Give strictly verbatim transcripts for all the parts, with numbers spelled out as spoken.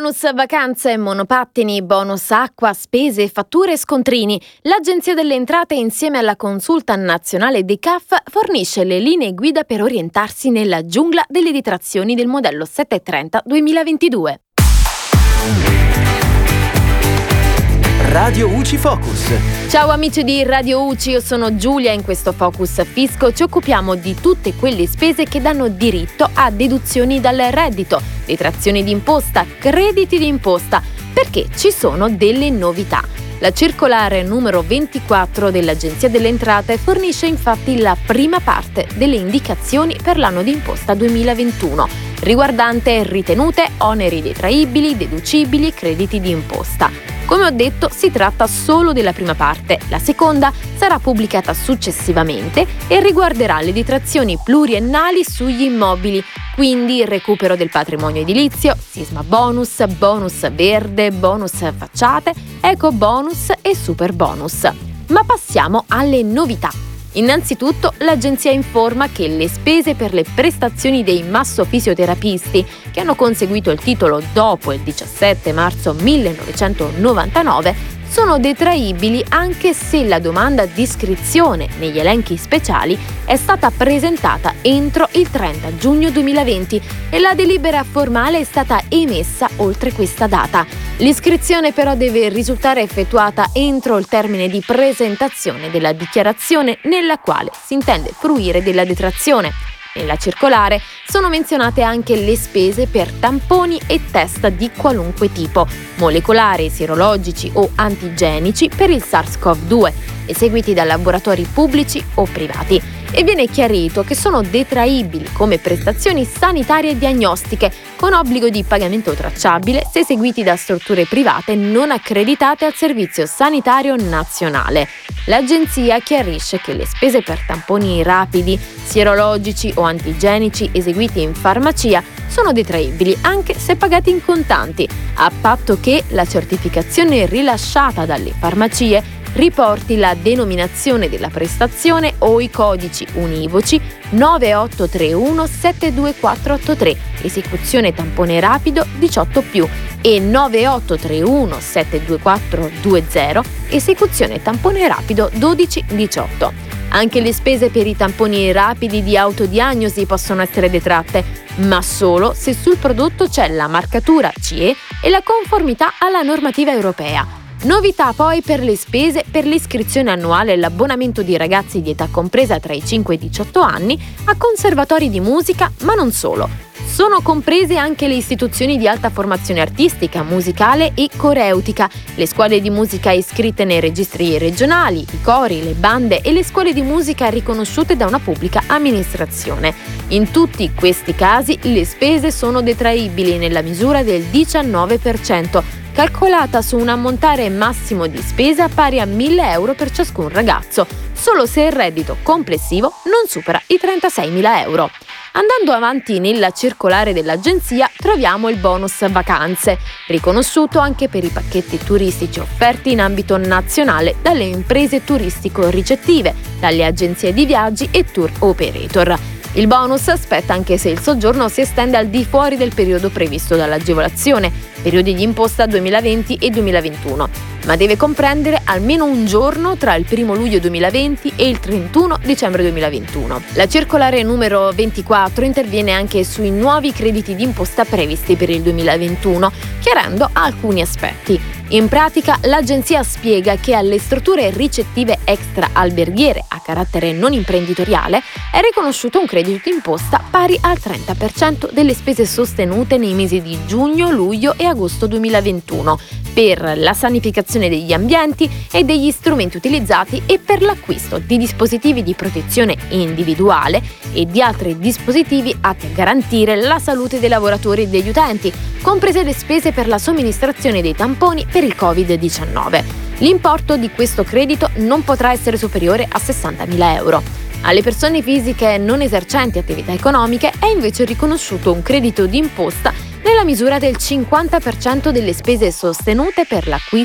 Bonus vacanze, monopattini, bonus acqua, spese, fatture e scontrini. L'Agenzia delle Entrate, insieme alla Consulta Nazionale dei C A F, fornisce le linee guida per orientarsi nella giungla delle detrazioni del modello settecentotrenta duemilaventidue. Radio U C I Focus. Ciao amici di Radio U C I, io sono Giulia. In questo Focus Fisco ci occupiamo di tutte quelle spese che danno diritto a deduzioni dal reddito, detrazioni d'imposta, crediti d'imposta, perché ci sono delle novità. La circolare numero ventiquattro dell'Agenzia delle Entrate fornisce infatti la prima parte delle indicazioni per l'anno d'imposta duemilaventuno, riguardante ritenute, oneri detraibili, deducibili e crediti d'imposta. Come ho detto, si tratta solo della prima parte. La seconda sarà pubblicata successivamente e riguarderà le detrazioni pluriennali sugli immobili, quindi il recupero del patrimonio edilizio, sisma bonus, bonus verde, bonus facciate, eco bonus e super bonus. Ma passiamo alle novità. Innanzitutto, l'agenzia informa che le spese per le prestazioni dei massofisioterapisti che hanno conseguito il titolo dopo il diciassette marzo millenovecentonovantanove sono detraibili anche se la domanda di iscrizione negli elenchi speciali è stata presentata entro il trenta giugno duemilaventi e la delibera formale è stata emessa oltre questa data. L'iscrizione però deve risultare effettuata entro il termine di presentazione della dichiarazione nella quale si intende fruire della detrazione. Nella circolare sono menzionate anche le spese per tamponi e test di qualunque tipo, molecolari, sierologici o antigenici per il SARS-CoV due, eseguiti da laboratori pubblici o privati. E viene chiarito che sono detraibili come prestazioni sanitarie diagnostiche con obbligo di pagamento tracciabile se eseguiti da strutture private non accreditate al Servizio Sanitario Nazionale. L'agenzia chiarisce che le spese per tamponi rapidi, sierologici o antigenici eseguiti in farmacia sono detraibili anche se pagati in contanti, a patto che la certificazione rilasciata dalle farmacie riporti la denominazione della prestazione o i codici univoci nove otto tre uno sette due quattro otto tre, esecuzione tampone rapido diciotto più, e nove otto tre uno sette due quattro due zero, esecuzione tampone rapido dodici diciotto. Anche le spese per i tamponi rapidi di autodiagnosi possono essere detratte, ma solo se sul prodotto c'è la marcatura C E e la conformità alla normativa europea. Novità poi per le spese per l'iscrizione annuale e l'abbonamento di ragazzi di età compresa tra i cinque e i diciotto anni a conservatori di musica, ma non solo. Sono comprese anche le istituzioni di alta formazione artistica, musicale e coreutica, le scuole di musica iscritte nei registri regionali, i cori, le bande e le scuole di musica riconosciute da una pubblica amministrazione. In tutti questi casi le spese sono detraibili nella misura del diciannove per cento, calcolata su un ammontare massimo di spesa pari a mille euro per ciascun ragazzo, solo se il reddito complessivo non supera i trentaseimila euro. Andando avanti nella circolare dell'agenzia troviamo il bonus vacanze, riconosciuto anche per i pacchetti turistici offerti in ambito nazionale dalle imprese turistico-ricettive, dalle agenzie di viaggi e tour operator. Il bonus spetta anche se il soggiorno si estende al di fuori del periodo previsto dall'agevolazione, periodi di imposta duemilaventi e duemilaventuno, ma deve comprendere almeno un giorno tra il primo luglio duemilaventi e il trentuno dicembre duemilaventuno. La circolare numero ventiquattro interviene anche sui nuovi crediti d'imposta previsti per il duemilaventuno, chiarendo alcuni aspetti. In pratica, l'agenzia spiega che alle strutture ricettive extra alberghiere a carattere non imprenditoriale è riconosciuto un credito d'imposta pari al trenta per cento delle spese sostenute nei mesi di giugno, luglio e agosto duemilaventuno per la sanificazione degli ambienti e degli strumenti utilizzati e per l'acquisto di dispositivi di protezione individuale e di altri dispositivi atti a garantire la salute dei lavoratori e degli utenti, comprese le spese per la somministrazione dei tamponi per il covid diciannove. L'importo di questo credito non potrà essere superiore a sessantamila euro. Alle persone fisiche non esercenti attività economiche è invece riconosciuto un credito d'imposta nella misura del cinquanta per cento delle spese sostenute per l'acquisto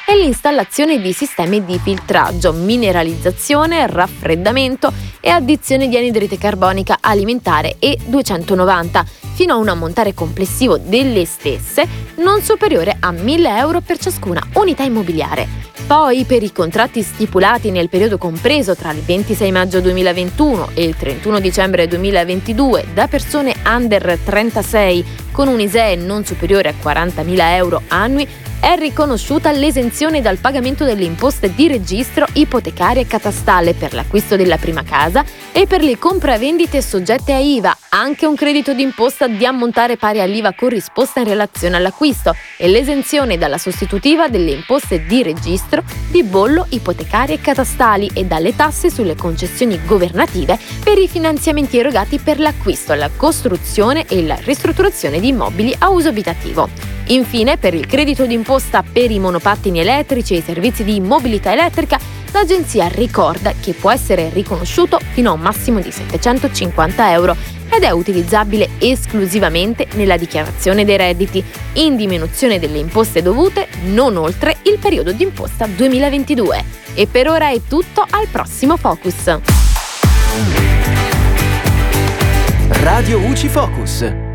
e l'installazione di sistemi di filtraggio, mineralizzazione, raffreddamento e addizione di anidride carbonica alimentare E duecentonovanta, fino a un ammontare complessivo delle stesse non superiore a mille euro per ciascuna unità immobiliare. Poi, per i contratti stipulati nel periodo compreso tra il ventisei maggio duemilaventuno e il trentuno dicembre duemilaventidue da persone under trentasei con un I S E E non superiore a quarantamila euro annui, è riconosciuta l'esenzione dal pagamento delle imposte di registro ipotecaria e catastale per l'acquisto della prima casa e per le compravendite soggette a I V A, anche un credito d'imposta di ammontare pari all'I V A corrisposta in relazione all'acquisto e l'esenzione dalla sostitutiva delle imposte di registro, di bollo, ipotecarie e catastali e dalle tasse sulle concessioni governative per i finanziamenti erogati per l'acquisto, la costruzione e la ristrutturazione di immobili a uso abitativo. Infine, per il credito d'imposta per i monopattini elettrici e i servizi di mobilità elettrica, l'agenzia ricorda che può essere riconosciuto fino a un massimo di settecentocinquanta euro ed è utilizzabile esclusivamente nella dichiarazione dei redditi, in diminuzione delle imposte dovute non oltre il periodo d'imposta duemilaventidue. E per ora è tutto, al prossimo Focus. Radio U C I Focus.